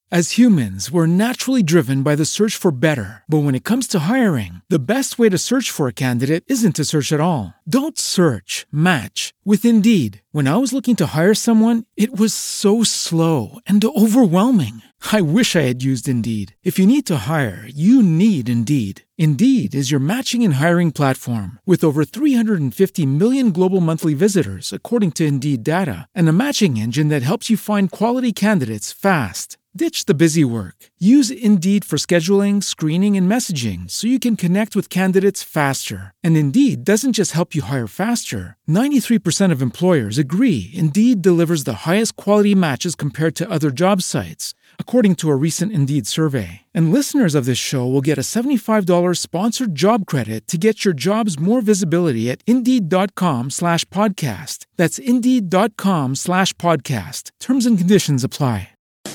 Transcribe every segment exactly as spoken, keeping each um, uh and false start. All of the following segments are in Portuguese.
As humans, we're naturally driven by the search for better. But when it comes to hiring, the best way to search for a candidate isn't to search at all. Don't search, match with Indeed. When I was looking to hire someone, it was so slow and overwhelming. I wish I had used Indeed. If you need to hire, you need Indeed. Indeed is your matching and hiring platform with over three hundred fifty million global monthly visitors, according to Indeed data, and a matching engine that helps you find quality candidates fast. Ditch the busy work. Use Indeed for scheduling, screening, and messaging so you can connect with candidates faster. And Indeed doesn't just help you hire faster. ninety-three percent of employers agree Indeed delivers the highest quality matches compared to other job sites, according to a recent Indeed survey. And listeners of this show will get a seventy-five dollars sponsored job credit to get your jobs more visibility at Indeed.com slash podcast. That's Indeed.com slash podcast. Terms and conditions apply.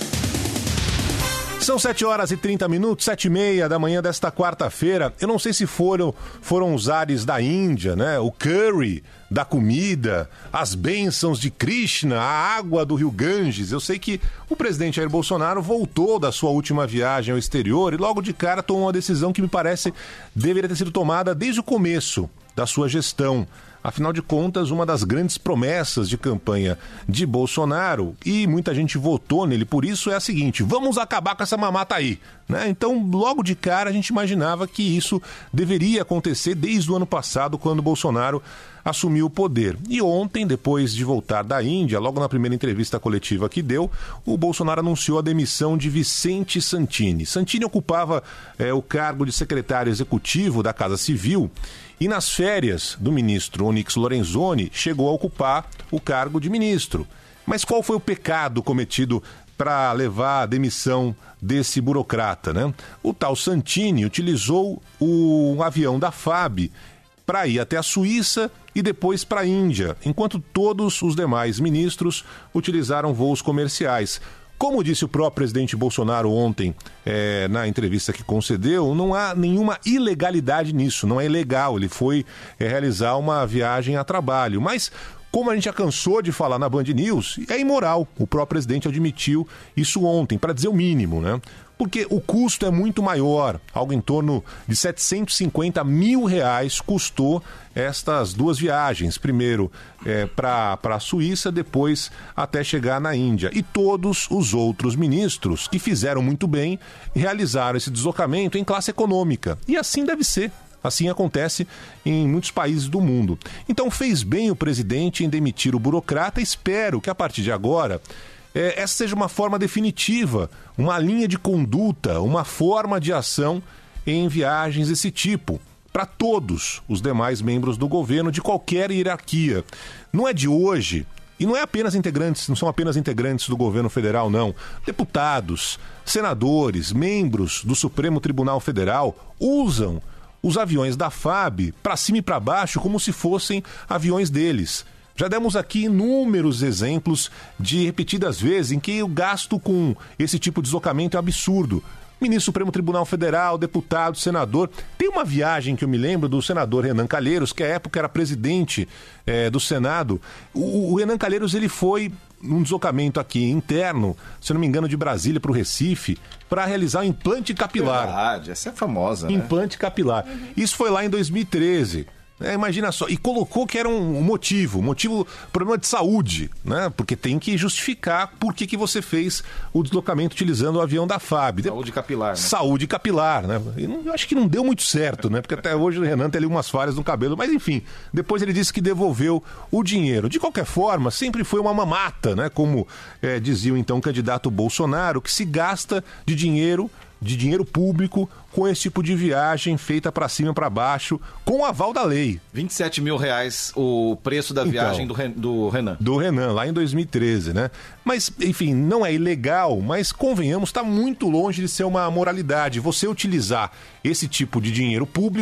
São sete horas e trinta minutos, sete e meia da manhã desta quarta-feira. Eu não sei se foram, foram os ares da Índia, né? O curry da comida, as bênçãos de Krishna, a água do rio Ganges. Eu sei que o presidente Jair Bolsonaro voltou da sua última viagem ao exterior e logo de cara tomou uma decisão que me parece deveria ter sido tomada desde o começo da sua gestão. Afinal de contas, uma das grandes promessas de campanha de Bolsonaro, e muita gente votou nele por isso, é a seguinte: vamos acabar com essa mamata aí, né? Então, logo de cara, a gente imaginava que isso deveria acontecer desde o ano passado, quando Bolsonaro assumiu o poder. E ontem, depois de voltar da Índia, logo na primeira entrevista coletiva que deu, o Bolsonaro anunciou a demissão de Vicente Santini. Santini ocupava é, o cargo de secretário executivo da Casa Civil e nas férias do ministro Onyx Lorenzoni chegou a ocupar o cargo de ministro. Mas qual foi o pecado cometido para levar a demissão desse burocrata, né? O tal Santini utilizou o um avião da F A B para ir até a Suíça e depois para a Índia, enquanto todos os demais ministros utilizaram voos comerciais. Como disse o próprio presidente Bolsonaro ontem, é, na entrevista que concedeu, não há nenhuma ilegalidade nisso, não é ilegal, ele foi é, realizar uma viagem a trabalho. Mas, como a gente já cansou de falar na Band News, é imoral. O próprio presidente admitiu isso ontem, para dizer o mínimo, né? Porque o custo é muito maior, algo em torno de setecentos e cinquenta mil reais custou estas duas viagens. Primeiro é, para a Suíça, depois até chegar na Índia. E todos os outros ministros que fizeram muito bem realizaram esse deslocamento em classe econômica. E assim deve ser. Assim acontece em muitos países do mundo. Então fez bem o presidente em demitir o burocrata. Espero que a partir de agora É, essa seja uma forma definitiva, uma linha de conduta, uma forma de ação em viagens desse tipo, para todos os demais membros do governo de qualquer hierarquia. Não é de hoje, e não é apenas integrantes, não são apenas integrantes do governo federal, não. Deputados, senadores, membros do Supremo Tribunal Federal usam os aviões da F A B para cima e para baixo como se fossem aviões deles. Já demos aqui inúmeros exemplos de repetidas vezes em que o gasto com esse tipo de deslocamento é absurdo. Ministro do Supremo Tribunal Federal, deputado, senador. Tem uma viagem que eu me lembro do senador Renan Calheiros, que à época era presidente é, do Senado. O, o Renan Calheiros ele foi num deslocamento aqui interno, se não me engano, de Brasília para o Recife, para realizar um implante capilar. Verdade, essa é famosa, né? Implante capilar. Uhum. Isso foi lá em dois mil e treze. É, imagina só, e colocou que era um, um motivo, um motivo, problema de saúde, né? Porque tem que justificar por que, que você fez o deslocamento utilizando o avião da F A B. Saúde capilar, né? Saúde capilar, né? E não, eu acho que não deu muito certo, né? Porque até hoje o Renan tem ali umas falhas no cabelo, mas enfim, depois ele disse que devolveu o dinheiro. De qualquer forma, sempre foi uma mamata, né? Como é, dizia o então candidato Bolsonaro, que se gasta de dinheiro de dinheiro público com esse tipo de viagem feita para cima e para baixo, com o aval da lei. vinte e sete mil reais o preço da então, viagem do, Ren- do Renan. Do Renan, lá em dois mil e treze, né? Mas, enfim, não é ilegal, mas convenhamos, está muito longe de ser uma moralidade. Você utilizar esse tipo de dinheiro público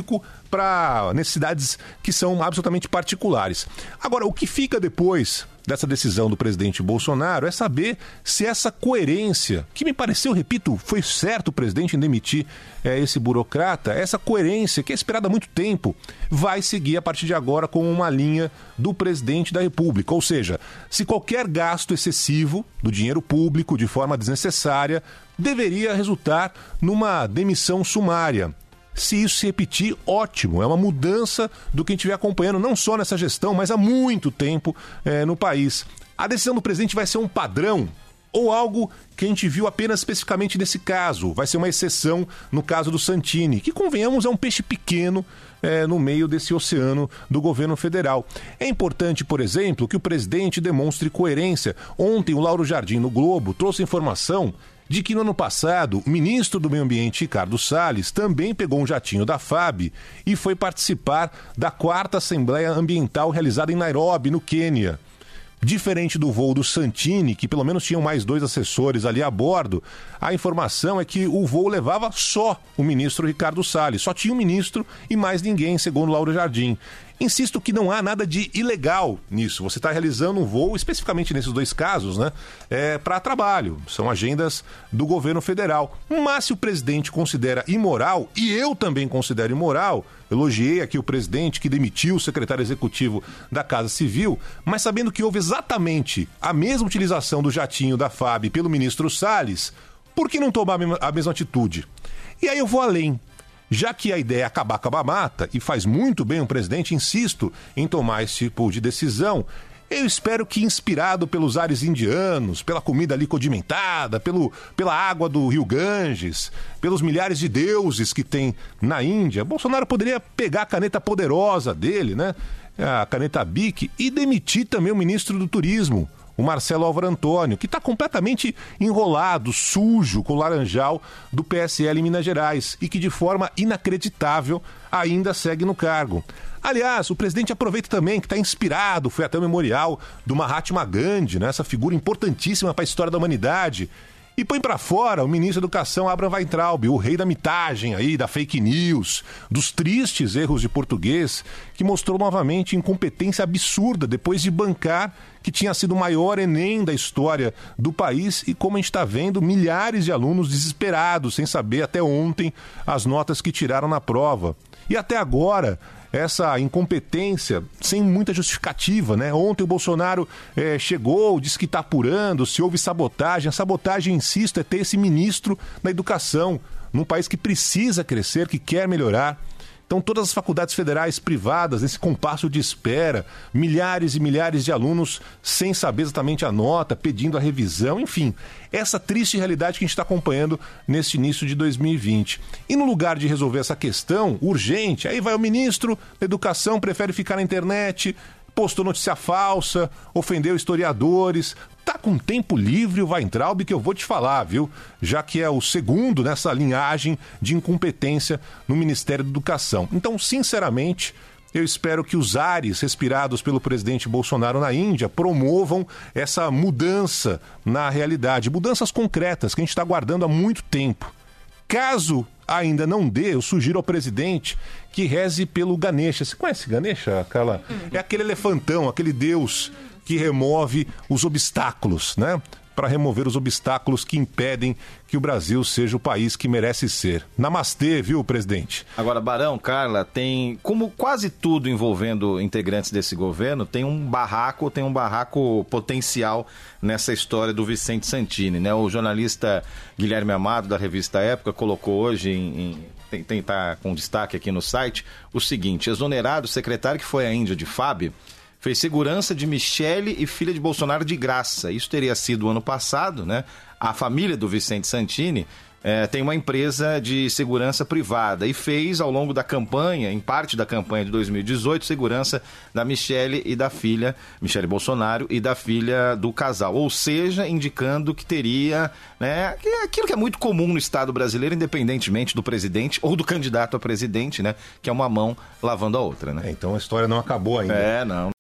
para necessidades que são absolutamente particulares. Agora, o que fica depois dessa decisão do presidente Bolsonaro é saber se essa coerência, que me pareceu, repito, foi certo o presidente em demitir é, esse burocrata, essa coerência que é esperada há muito tempo, vai seguir a partir de agora como uma linha do presidente da República. Ou seja, se qualquer gasto excessivo do dinheiro público de forma desnecessária deveria resultar numa demissão sumária. Se isso se repetir, ótimo, é uma mudança do que a gente vem acompanhando, não só nessa gestão, mas há muito tempo é, no país. A decisão do presidente vai ser um padrão ou algo que a gente viu apenas especificamente nesse caso? Vai ser uma exceção no caso do Santini, que, convenhamos, é um peixe pequeno é, no meio desse oceano do governo federal. É importante, por exemplo, que o presidente demonstre coerência. Ontem, o Lauro Jardim, no Globo, trouxe informação de que no ano passado, o ministro do Meio Ambiente, Ricardo Salles, também pegou um jatinho da F A B e foi participar da quarta Assembleia Ambiental realizada em Nairobi, no Quênia. Diferente do voo do Santini, que pelo menos tinham mais dois assessores ali a bordo, a informação é que o voo levava só o ministro Ricardo Salles. Só tinha um ministro e mais ninguém, segundo Lauro Jardim. Insisto que não há nada de ilegal nisso. Você está realizando um voo, especificamente nesses dois casos, né, é, para trabalho. São agendas do governo federal. Mas se o presidente considera imoral, e eu também considero imoral, elogiei aqui o presidente que demitiu o secretário executivo da Casa Civil, mas sabendo que houve exatamente a mesma utilização do jatinho da F A B pelo ministro Salles, por que não tomar a mesma atitude? E aí eu vou além. Já que a ideia é acabar com a mamata, e faz muito bem o presidente, insisto em tomar esse tipo de decisão, eu espero que, inspirado pelos ares indianos, pela comida ali condimentada, pelo, pela água do rio Ganges, pelos milhares de deuses que tem na Índia, Bolsonaro poderia pegar a caneta poderosa dele, né, a caneta Bic, e demitir também o ministro do Turismo, o Marcelo Álvaro Antônio, que está completamente enrolado, sujo, com o laranjal do P S L em Minas Gerais e que de forma inacreditável ainda segue no cargo. Aliás, o presidente aproveita também que está inspirado, foi até o memorial do Mahatma Gandhi, né, essa figura importantíssima para a história da humanidade, e põe para fora o ministro da Educação, Abraham Weintraub, o rei da mitagem aí, da fake news, dos tristes erros de português, que mostrou novamente incompetência absurda depois de bancar que tinha sido o maior Enem da história do país e, como a gente está vendo, milhares de alunos desesperados, sem saber até ontem as notas que tiraram na prova. E até agora, essa incompetência sem muita justificativa, né? Ontem o Bolsonaro é, chegou, disse que está apurando, se houve sabotagem. A sabotagem, insisto, é ter esse ministro da educação, num país que precisa crescer, que quer melhorar. Então, todas as faculdades federais privadas, nesse compasso de espera, milhares e milhares de alunos sem saber exatamente a nota, pedindo a revisão, enfim, essa triste realidade que a gente está acompanhando neste início de dois mil e vinte. E no lugar de resolver essa questão urgente, aí vai o ministro da Educação, prefere ficar na internet, postou notícia falsa, ofendeu historiadores. Tá com tempo livre o Weintraub, que eu vou te falar, viu? Já que é o segundo nessa linhagem de incompetência no Ministério da Educação. Então, sinceramente, eu espero que os ares respirados pelo presidente Bolsonaro na Índia promovam essa mudança na realidade, mudanças concretas que a gente está aguardando há muito tempo. Caso ainda não dê, eu sugiro ao presidente que reze pelo Ganesha. Você conhece Ganesha, Carla? É aquele elefantão, aquele deus que remove os obstáculos, né? Para remover os obstáculos que impedem que o Brasil seja o país que merece ser. Namastê, viu, presidente? Agora, Barão, Carla, tem, como quase tudo envolvendo integrantes desse governo, tem um barraco, tem um barraco potencial nessa história do Vicente Santini, né? O jornalista Guilherme Amado, da revista Época, colocou hoje em... em... tem, tem tá com destaque aqui no site, o seguinte: exonerado, o secretário que foi à Índia de F A B fez segurança de Michele e filha de Bolsonaro de graça. Isso teria sido ano passado, né? A família do Vicente Santini é, tem uma empresa de segurança privada e fez, ao longo da campanha, em parte da campanha de dois mil e dezoito, segurança da Michele e da filha, Michele Bolsonaro, e da filha do casal. Ou seja, indicando que teria, né, aquilo que é muito comum no Estado brasileiro, independentemente do presidente ou do candidato a presidente, né? Que é uma mão lavando a outra, né? É, então a história não acabou ainda. É, não.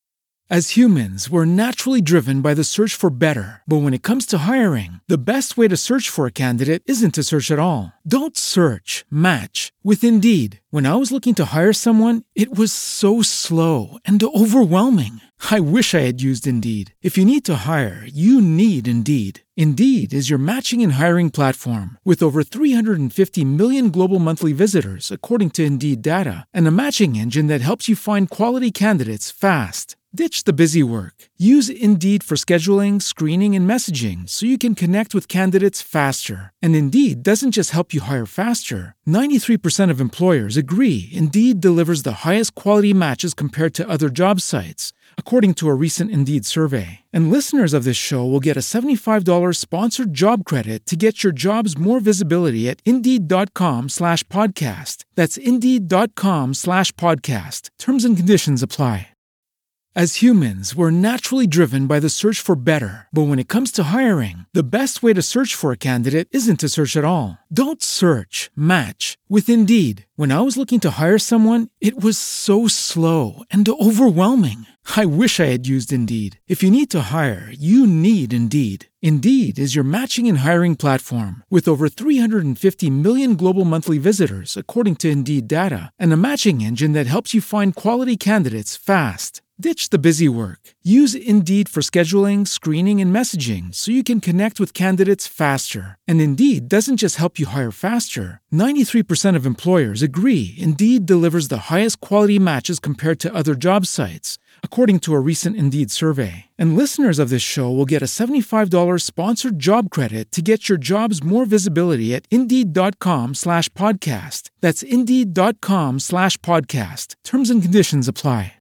As humans, we're naturally driven by the search for better. But when it comes to hiring, the best way to search for a candidate isn't to search at all. Don't search, match with Indeed. When I was looking to hire someone, it was so slow and overwhelming. I wish I had used Indeed. If you need to hire, you need Indeed. Indeed is your matching and hiring platform with over three hundred fifty million global monthly visitors, according to Indeed data, and a matching engine that helps you find quality candidates fast. Ditch the busy work. Use Indeed for scheduling, screening, and messaging so you can connect with candidates faster. And Indeed doesn't just help you hire faster. ninety-three percent of employers agree Indeed delivers the highest quality matches compared to other job sites, according to a recent Indeed survey. And listeners of this show will get a seventy-five dollars sponsored job credit to get your jobs more visibility at Indeed.com slash podcast. That's Indeed.com slash podcast. Terms and conditions apply. As humans, we're naturally driven by the search for better. But when it comes to hiring, the best way to search for a candidate isn't to search at all. Don't search, match with Indeed. When I was looking to hire someone, it was so slow and overwhelming. I wish I had used Indeed. If you need to hire, you need Indeed. Indeed is your matching and hiring platform with over three hundred fifty million global monthly visitors, according to Indeed data, and a matching engine that helps you find quality candidates fast. Ditch the busy work. Use Indeed for scheduling, screening, and messaging so you can connect with candidates faster. And Indeed doesn't just help you hire faster. ninety-three percent of employers agree Indeed delivers the highest quality matches compared to other job sites, according to a recent Indeed survey. And listeners of this show will get a seventy-five dollars sponsored job credit to get your jobs more visibility at Indeed.com slash podcast. That's Indeed.com slash podcast. Terms and conditions apply.